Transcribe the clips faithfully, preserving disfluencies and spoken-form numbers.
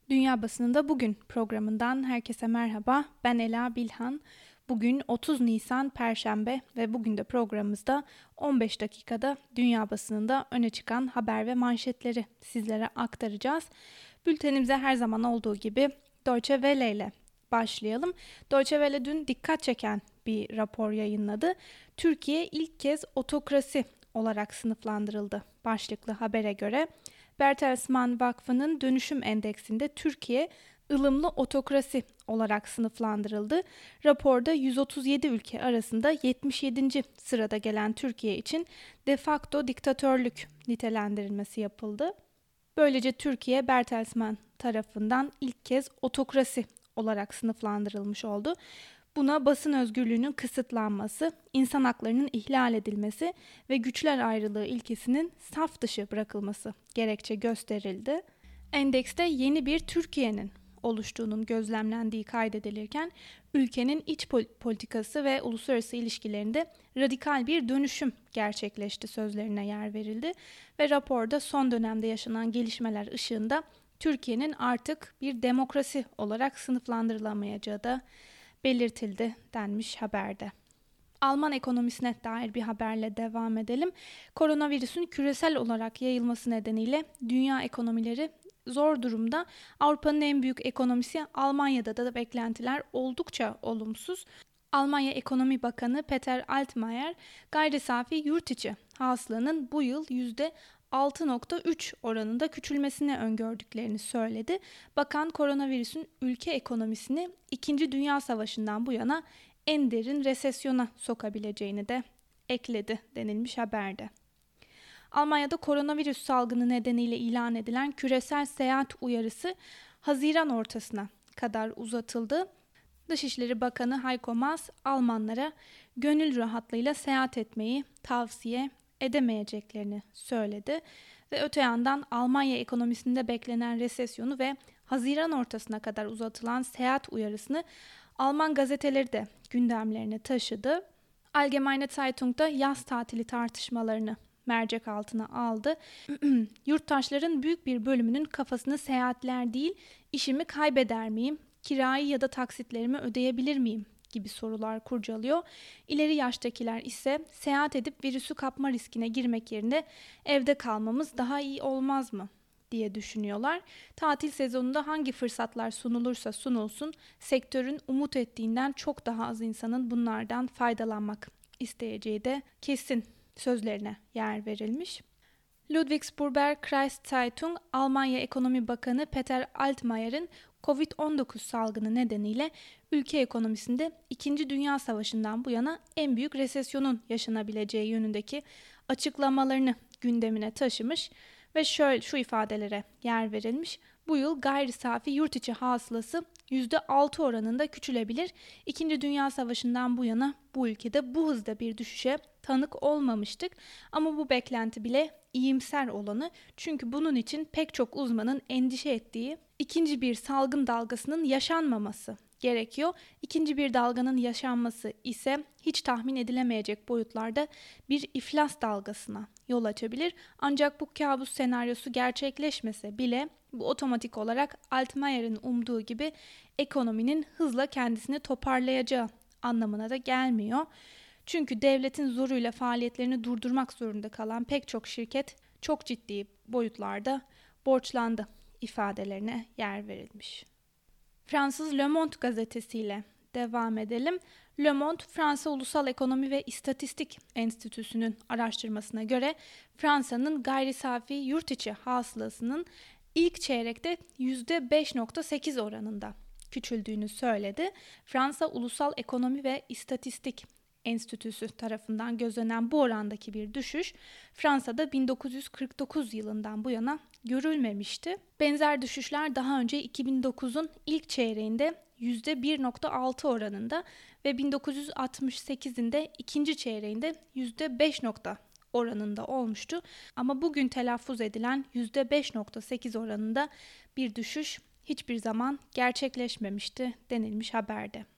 Dünya Basınında Bugün programından herkese merhaba. Ben Ela Bilhan. Bugün otuz Nisan Perşembe ve bugün de programımızda on beş dakikada dünya basınında öne çıkan haber ve manşetleri sizlere aktaracağız. Bültenimize her zaman olduğu gibi Deutsche Welle ile başlayalım. Deutsche Welle dün dikkat çeken bir rapor yayınladı. Türkiye ilk kez otokrasi olarak sınıflandırıldı başlıklı habere göre. Bertelsmann Vakfı'nın dönüşüm endeksinde Türkiye ılımlı otokrasi olarak sınıflandırıldı. Raporda yüz otuz yedi ülke arasında yetmiş yedinci sırada gelen Türkiye için de facto diktatörlük nitelendirilmesi yapıldı. Böylece Türkiye Bertelsmann tarafından ilk kez otokrasi olarak sınıflandırılmış oldu. Buna basın özgürlüğünün kısıtlanması, insan haklarının ihlal edilmesi ve güçler ayrılığı ilkesinin saf dışı bırakılması gerekçe gösterildi. Endekste yeni bir Türkiye'nin oluştuğunun gözlemlendiği kaydedilirken, ülkenin iç politikası ve uluslararası ilişkilerinde radikal bir dönüşüm gerçekleşti sözlerine yer verildi ve raporda son dönemde yaşanan gelişmeler ışığında Türkiye'nin artık bir demokrasi olarak sınıflandırılamayacağı da belirtildi denmiş haberde. Alman ekonomisine dair bir haberle devam edelim. Koronavirüsün küresel olarak yayılması nedeniyle dünya ekonomileri zor durumda. Avrupa'nın en büyük ekonomisi Almanya'da da beklentiler oldukça olumsuz. Almanya Ekonomi Bakanı Peter Altmaier, gayri safi yurt içi hasılanın bu yıl yüzde altı nokta üç oranında küçülmesini öngördüklerini söyledi. Bakan koronavirüsün ülke ekonomisini İkinci Dünya Savaşı'ndan bu yana en derin resesyona sokabileceğini de ekledi denilmiş haberde. Almanya'da koronavirüs salgını nedeniyle ilan edilen küresel seyahat uyarısı Haziran ortasına kadar uzatıldı. Dışişleri Bakanı Heiko Maas, Almanlara gönül rahatlığıyla seyahat etmeyi tavsiye edemeyeceklerini söyledi ve öte yandan Almanya ekonomisinde beklenen resesyonu ve Haziran ortasına kadar uzatılan seyahat uyarısını Alman gazeteleri de gündemlerine taşıdı. Allgemeine Zeitung'da yaz tatili tartışmalarını mercek altına aldı. Yurttaşların büyük bir bölümünün kafasını seyahatler değil, işimi kaybeder miyim, kirayı ya da taksitlerimi ödeyebilir miyim gibi sorular kurcalıyor. İleri yaştakiler ise seyahat edip virüsü kapma riskine girmek yerine evde kalmamız daha iyi olmaz mı diye düşünüyorlar. Tatil sezonunda hangi fırsatlar sunulursa sunulsun, sektörün umut ettiğinden çok daha az insanın bunlardan faydalanmak isteyeceği de kesin sözlerine yer verilmiş. Ludwigsburger Kreiszeitung, Almanya Ekonomi Bakanı Peter Altmaier'in kovid on dokuz salgını nedeniyle ülke ekonomisinde İkinci Dünya Savaşı'ndan bu yana en büyük resesyonun yaşanabileceği yönündeki açıklamalarını gündemine taşımış ve şöyle şu ifadelere yer verilmiş. Bu yıl gayri safi yurt içi hasılası yüzde altı oranında küçülebilir. İkinci Dünya Savaşı'ndan bu yana bu ülkede bu hızda bir düşüşe tanık olmamıştık. Ama bu beklenti bile iyimser olanı, çünkü bunun için pek çok uzmanın endişe ettiği ikinci bir salgın dalgasının yaşanmaması gerekiyor. İkinci bir dalganın yaşanması ise hiç tahmin edilemeyecek boyutlarda bir iflas dalgasına yol açabilir. Ancak bu kabus senaryosu gerçekleşmese bile bu otomatik olarak Altmaier'in umduğu gibi ekonominin hızla kendisini toparlayacağı anlamına da gelmiyor. Çünkü devletin zoruyla faaliyetlerini durdurmak zorunda kalan pek çok şirket çok ciddi boyutlarda borçlandı ifadelerine yer verilmiş. Fransız Le Monde gazetesiyle devam edelim. Le Monde, Fransa Ulusal Ekonomi ve İstatistik Enstitüsü'nün araştırmasına göre Fransa'nın gayri safi yurt içi hasılasının ilk çeyrekte yüzde beş nokta sekiz oranında küçüldüğünü söyledi. Fransa Ulusal Ekonomi ve İstatistik Enstitüsü tarafından gözlenen bu orandaki bir düşüş Fransa'da bin dokuz yüz kırk dokuz yılından bu yana görülmemişti. Benzer düşüşler daha önce iki bin dokuzun ilk çeyreğinde yüzde bir nokta altı oranında ve bin dokuz yüz altmış sekizin de ikinci çeyreğinde yüzde beş oranında olmuştu. Ama bugün telaffuz edilen yüzde beş nokta sekiz oranında bir düşüş hiçbir zaman gerçekleşmemişti denilmiş haberde.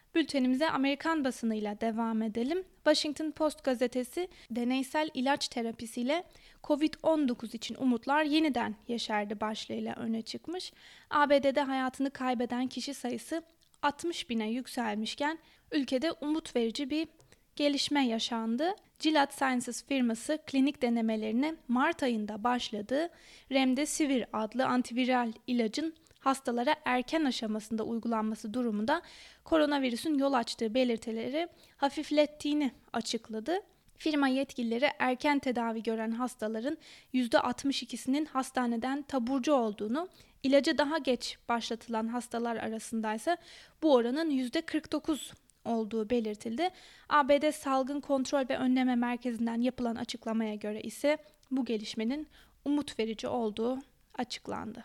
Bültenimize Amerikan basınıyla devam edelim. Washington Post gazetesi deneysel ilaç terapisiyle kovid on dokuz için umutlar yeniden yeşerdi başlığıyla öne çıkmış. A B D'de hayatını kaybeden kişi sayısı altmış bine yükselmişken ülkede umut verici bir gelişme yaşandı. Gilead Sciences firması klinik denemelerine Mart ayında başladığı Remdesivir adlı antiviral ilacın hastalara erken aşamasında uygulanması durumunda koronavirüsün yol açtığı belirtileri hafiflettiğini açıkladı. Firma yetkilileri erken tedavi gören hastaların yüzde altmış ikisinin hastaneden taburcu olduğunu, ilacı daha geç başlatılan hastalar arasındaysa bu oranın yüzde kırk dokuz olduğu belirtildi. A B D Salgın Kontrol ve Önleme Merkezi'nden yapılan açıklamaya göre ise bu gelişmenin umut verici olduğu açıklandı.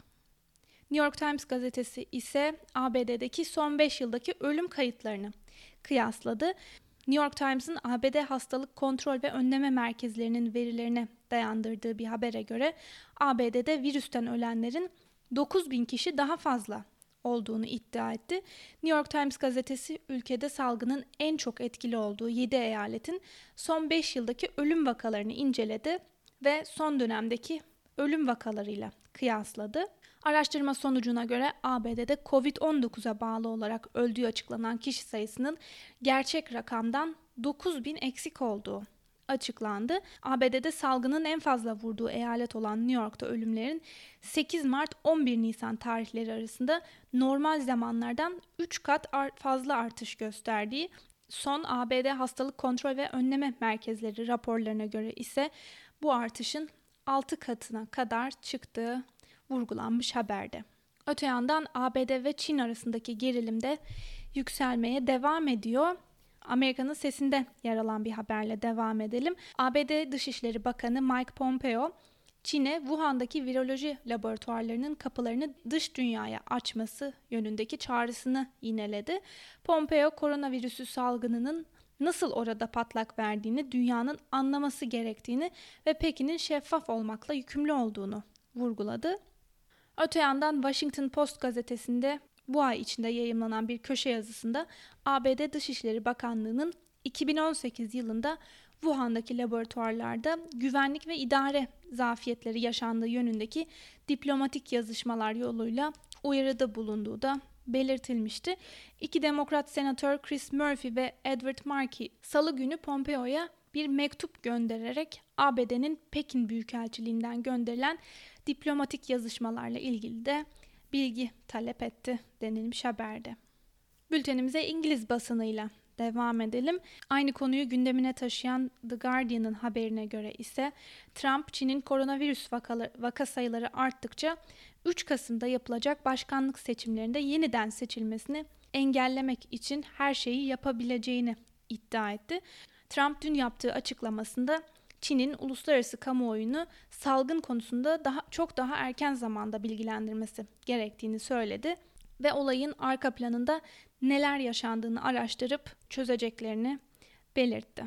New York Times gazetesi ise A B D'deki son beş yıldaki ölüm kayıtlarını kıyasladı. New York Times'ın A B D Hastalık Kontrol ve Önleme Merkezlerinin verilerine dayandırdığı bir habere göre A B D'de virüsten ölenlerin dokuz bin kişi daha fazla olduğunu iddia etti. New York Times gazetesi ülkede salgının en çok etkili olduğu yedi eyaletin son beş yıldaki ölüm vakalarını inceledi ve son dönemdeki ölüm vakalarıyla kıyasladı. Araştırma sonucuna göre A B D'de kovid on dokuza bağlı olarak öldüğü açıklanan kişi sayısının gerçek rakamdan dokuz bin eksik olduğu açıklandı. A B D'de salgının en fazla vurduğu eyalet olan New York'ta ölümlerin sekiz Mart on bir Nisan tarihleri arasında normal zamanlardan üç kat ar- fazla artış gösterdiği, son A B D Hastalık Kontrol ve Önleme Merkezleri raporlarına göre ise bu artışın altı katına kadar çıktığı vurgulanmış haberde. Öte yandan A B D ve Çin arasındaki gerilim de yükselmeye devam ediyor. Amerika'nın sesinde yer alan bir haberle devam edelim. A B D Dışişleri Bakanı Mike Pompeo, Çin'e Wuhan'daki viroloji laboratuvarlarının kapılarını dış dünyaya açması yönündeki çağrısını yineledi. Pompeo, koronavirüsü salgınının nasıl orada patlak verdiğini dünyanın anlaması gerektiğini ve Pekin'in şeffaf olmakla yükümlü olduğunu vurguladı. Öte yandan Washington Post gazetesinde bu ay içinde yayımlanan bir köşe yazısında A B D Dışişleri Bakanlığı'nın iki bin on sekiz yılında Wuhan'daki laboratuvarlarda güvenlik ve idare zafiyetleri yaşandığı yönündeki diplomatik yazışmalar yoluyla uyarıda bulunduğu da belirtilmişti. İki Demokrat senatör Chris Murphy ve Edward Markey Salı günü Pompeo'ya bir mektup göndererek A B D'nin Pekin Büyükelçiliğinden gönderilen diplomatik yazışmalarla ilgili de bilgi talep etti denilmiş haberde. Bültenimize İngiliz basınıyla devam edelim. Aynı konuyu gündemine taşıyan The Guardian'ın haberine göre ise Trump, Çin'in koronavirüs vakaları, vaka sayıları arttıkça üç Kasım'da yapılacak başkanlık seçimlerinde yeniden seçilmesini engellemek için her şeyi yapabileceğini iddia etti. Trump dün yaptığı açıklamasında Çin'in uluslararası kamuoyunu salgın konusunda daha çok daha erken zamanda bilgilendirmesi gerektiğini söyledi ve olayın arka planında neler yaşandığını araştırıp çözeceklerini belirtti.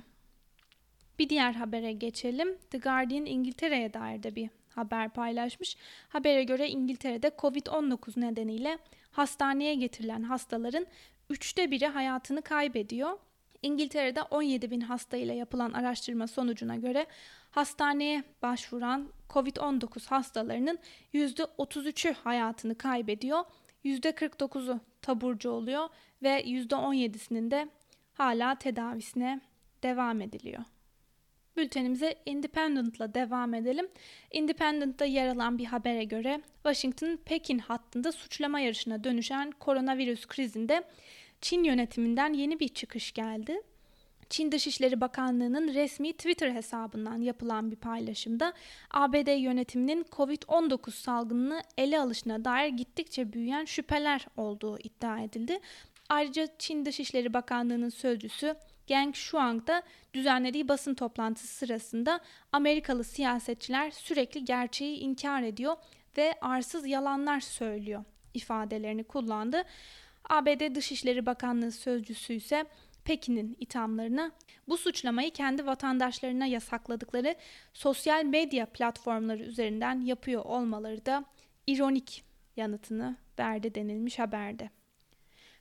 Bir diğer habere geçelim. The Guardian İngiltere'ye dair de bir haber paylaşmış. Habere göre İngiltere'de kovid on dokuz nedeniyle hastaneye getirilen hastaların üçte biri hayatını kaybediyor. İngiltere'de on yedi bin hasta ile yapılan araştırma sonucuna göre hastaneye başvuran kovid on dokuz hastalarının yüzde otuz üçü hayatını kaybediyor, yüzde kırk dokuzu taburcu oluyor ve yüzde on yedisinin de hala tedavisine devam ediliyor. Bültenimize Independent'la devam edelim. Independent'ta yer alan bir habere göre Washington-Pekin hattında suçlama yarışına dönüşen koronavirüs krizinde Çin yönetiminden yeni bir çıkış geldi. Çin Dışişleri Bakanlığı'nın resmi Twitter hesabından yapılan bir paylaşımda A B D yönetiminin kovid on dokuz salgınını ele alışına dair gittikçe büyüyen şüpheler olduğu iddia edildi. Ayrıca Çin Dışişleri Bakanlığı'nın sözcüsü Geng Shuang da düzenlediği basın toplantısı sırasında Amerikalı siyasetçiler sürekli gerçeği inkar ediyor ve arsız yalanlar söylüyor ifadelerini kullandı. A B D Dışişleri Bakanlığı sözcüsü ise Pekin'in ithamlarına bu suçlamayı kendi vatandaşlarına yasakladıkları sosyal medya platformları üzerinden yapıyor olmaları da ironik yanıtını verdi denilmiş haberde.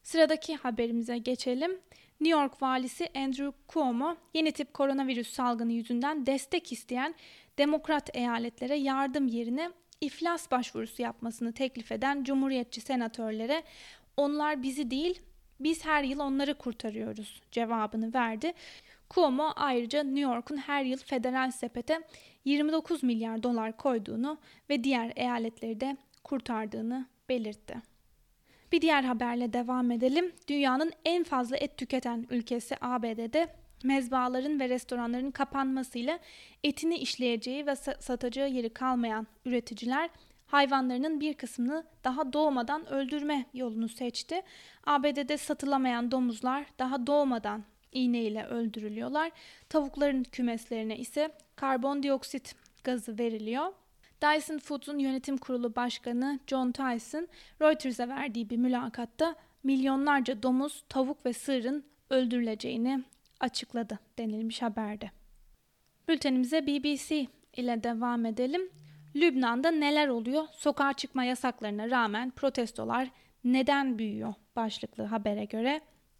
Sıradaki haberimize geçelim. New York valisi Andrew Cuomo, yeni tip koronavirüs salgını yüzünden destek isteyen Demokrat eyaletlere yardım yerine iflas başvurusu yapmasını teklif eden Cumhuriyetçi senatörlere "Onlar bizi değil, biz her yıl onları kurtarıyoruz" cevabını verdi. Cuomo ayrıca New York'un her yıl federal sepete yirmi dokuz milyar dolar koyduğunu ve diğer eyaletleri de kurtardığını belirtti. Bir diğer haberle devam edelim. Dünyanın en fazla et tüketen ülkesi A B D'de mezbahaların ve restoranların kapanmasıyla etini işleyeceği ve satacağı yeri kalmayan üreticiler hayvanlarının bir kısmını daha doğmadan öldürme yolunu seçti. A B D'de satılamayan domuzlar daha doğmadan iğneyle öldürülüyorlar. Tavukların kümeslerine ise karbondioksit gazı veriliyor. Dyson Foods'un yönetim kurulu başkanı John Tyson, Reuters'a verdiği bir mülakatta milyonlarca domuz, tavuk ve sığırın öldürüleceğini açıkladı denilmiş haberde. Bültenimize B B C ile devam edelim. Lübnan'da neler oluyor? Sokağa çıkma yasaklarına rağmen protestolar neden büyüyor? Başlıklı habere göre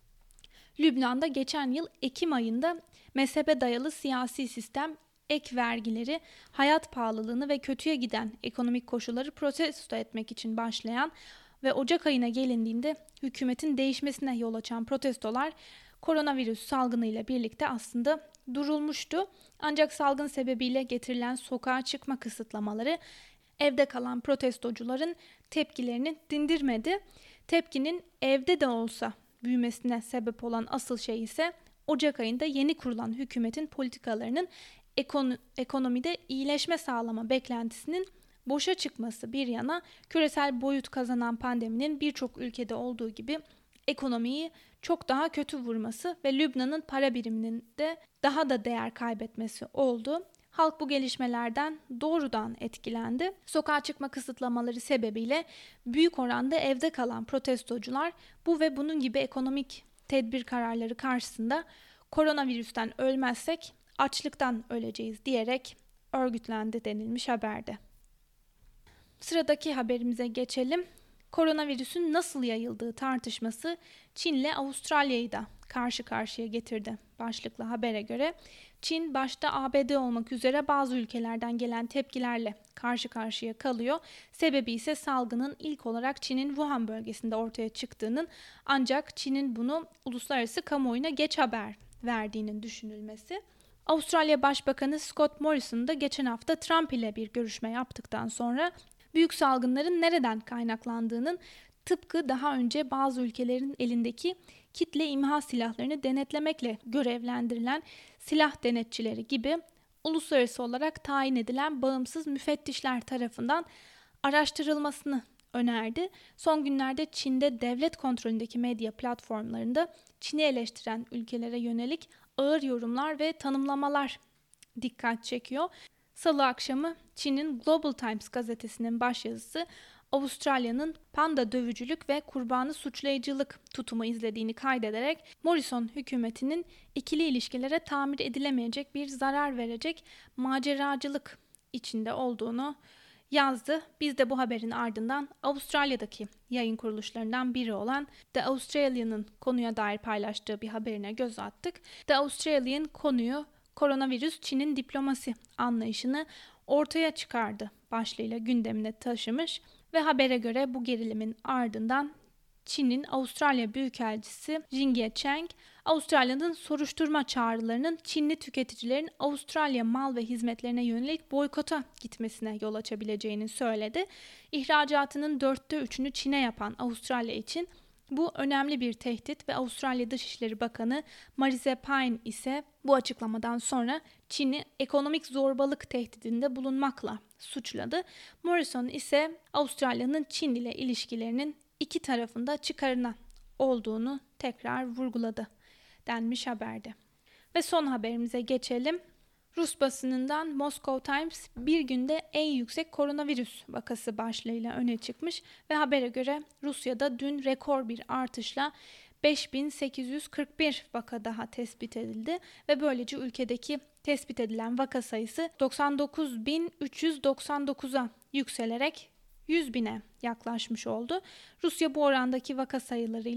Lübnan'da geçen yıl Ekim ayında mezhebe dayalı siyasi sistem, ek vergileri, hayat pahalılığını ve kötüye giden ekonomik koşulları protesto etmek için başlayan ve Ocak ayına gelindiğinde hükümetin değişmesine yol açan protestolar koronavirüs salgını ile birlikte aslında durulmuştu. Ancak salgın sebebiyle getirilen sokağa çıkma kısıtlamaları evde kalan protestocuların tepkilerini dindirmedi. Tepkinin evde de olsa büyümesine sebep olan asıl şey ise Ocak ayında yeni kurulan hükümetin politikalarının ekon- ekonomide iyileşme sağlama beklentisinin boşa çıkması bir yana, küresel boyut kazanan pandeminin birçok ülkede olduğu gibi ekonomiyi çok daha kötü vurması ve Lübnan'ın para biriminin de daha da değer kaybetmesi oldu. Halk bu gelişmelerden doğrudan etkilendi. Sokağa çıkma kısıtlamaları sebebiyle büyük oranda evde kalan protestocular bu ve bunun gibi ekonomik tedbir kararları karşısında koronavirüsten ölmezsek açlıktan öleceğiz diyerek örgütlendi denilmiş haberde. Sıradaki haberimize geçelim. Koronavirüsün nasıl yayıldığı tartışması Çin'le Avustralya'yı da karşı karşıya getirdi. Başlıklı habere göre Çin başta A B D olmak üzere bazı ülkelerden gelen tepkilerle karşı karşıya kalıyor. Sebebi ise salgının ilk olarak Çin'in Wuhan bölgesinde ortaya çıktığının, ancak Çin'in bunu uluslararası kamuoyuna geç haber verdiğinin düşünülmesi. Avustralya Başbakanı Scott Morrison da geçen hafta Trump ile bir görüşme yaptıktan sonra büyük salgınların nereden kaynaklandığının, tıpkı daha önce bazı ülkelerin elindeki kitle imha silahlarını denetlemekle görevlendirilen silah denetçileri gibi uluslararası olarak tayin edilen bağımsız müfettişler tarafından araştırılmasını önerdi. Son günlerde Çin'de devlet kontrolündeki medya platformlarında Çin'i eleştiren ülkelere yönelik ağır yorumlar ve tanımlamalar dikkat çekiyor. Salı akşamı Çin'in Global Times gazetesinin başyazısı Avustralya'nın panda dövücülük ve kurbanı suçlayıcılık tutumu izlediğini kaydederek Morrison hükümetinin ikili ilişkilere tamir edilemeyecek bir zarar verecek maceracılık içinde olduğunu yazdı. Biz de bu haberin ardından Avustralya'daki yayın kuruluşlarından biri olan The Australian'ın konuya dair paylaştığı bir haberine göz attık. The Australian konuyu "Koronavirüs Çin'in diplomasi anlayışını ortaya çıkardı" başlığıyla gündemine taşımış ve habere göre bu gerilimin ardından Çin'in Avustralya Büyükelçisi Jingye Cheng, Avustralya'nın soruşturma çağrılarının Çinli tüketicilerin Avustralya mal ve hizmetlerine yönelik boykota gitmesine yol açabileceğini söyledi. İhracatının dörtte üçünü Çin'e yapan Avustralya için bu önemli bir tehdit ve Avustralya Dışişleri Bakanı Marise Payne ise bu açıklamadan sonra Çin'i ekonomik zorbalık tehdidinde bulunmakla suçladı. Morrison ise Avustralya'nın Çin ile ilişkilerinin iki tarafında çıkarına olduğunu tekrar vurguladı denmiş haberde. Ve son haberimize geçelim. Rus basınından Moscow Times bir günde en yüksek koronavirüs vakası başlığıyla öne çıkmış ve habere göre Rusya'da dün rekor bir artışla beş bin sekiz yüz kırk bir vaka daha tespit edildi ve böylece ülkedeki tespit edilen vaka sayısı doksan dokuz bin üç yüz doksan dokuza yükselerek yüz bine yaklaşmış oldu. Rusya bu orandaki vaka sayılarıyla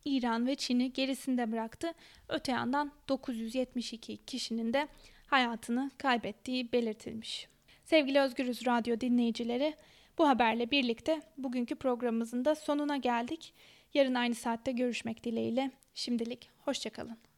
İran ve Çin'i gerisinde bıraktı. Öte yandan dokuz yüz yetmiş iki kişinin de hayatını kaybettiği belirtilmiş. Sevgili Özgürüz Radyo dinleyicileri, bu haberle birlikte bugünkü programımızın da sonuna geldik. Yarın aynı saatte görüşmek dileğiyle. Şimdilik hoşça kalın.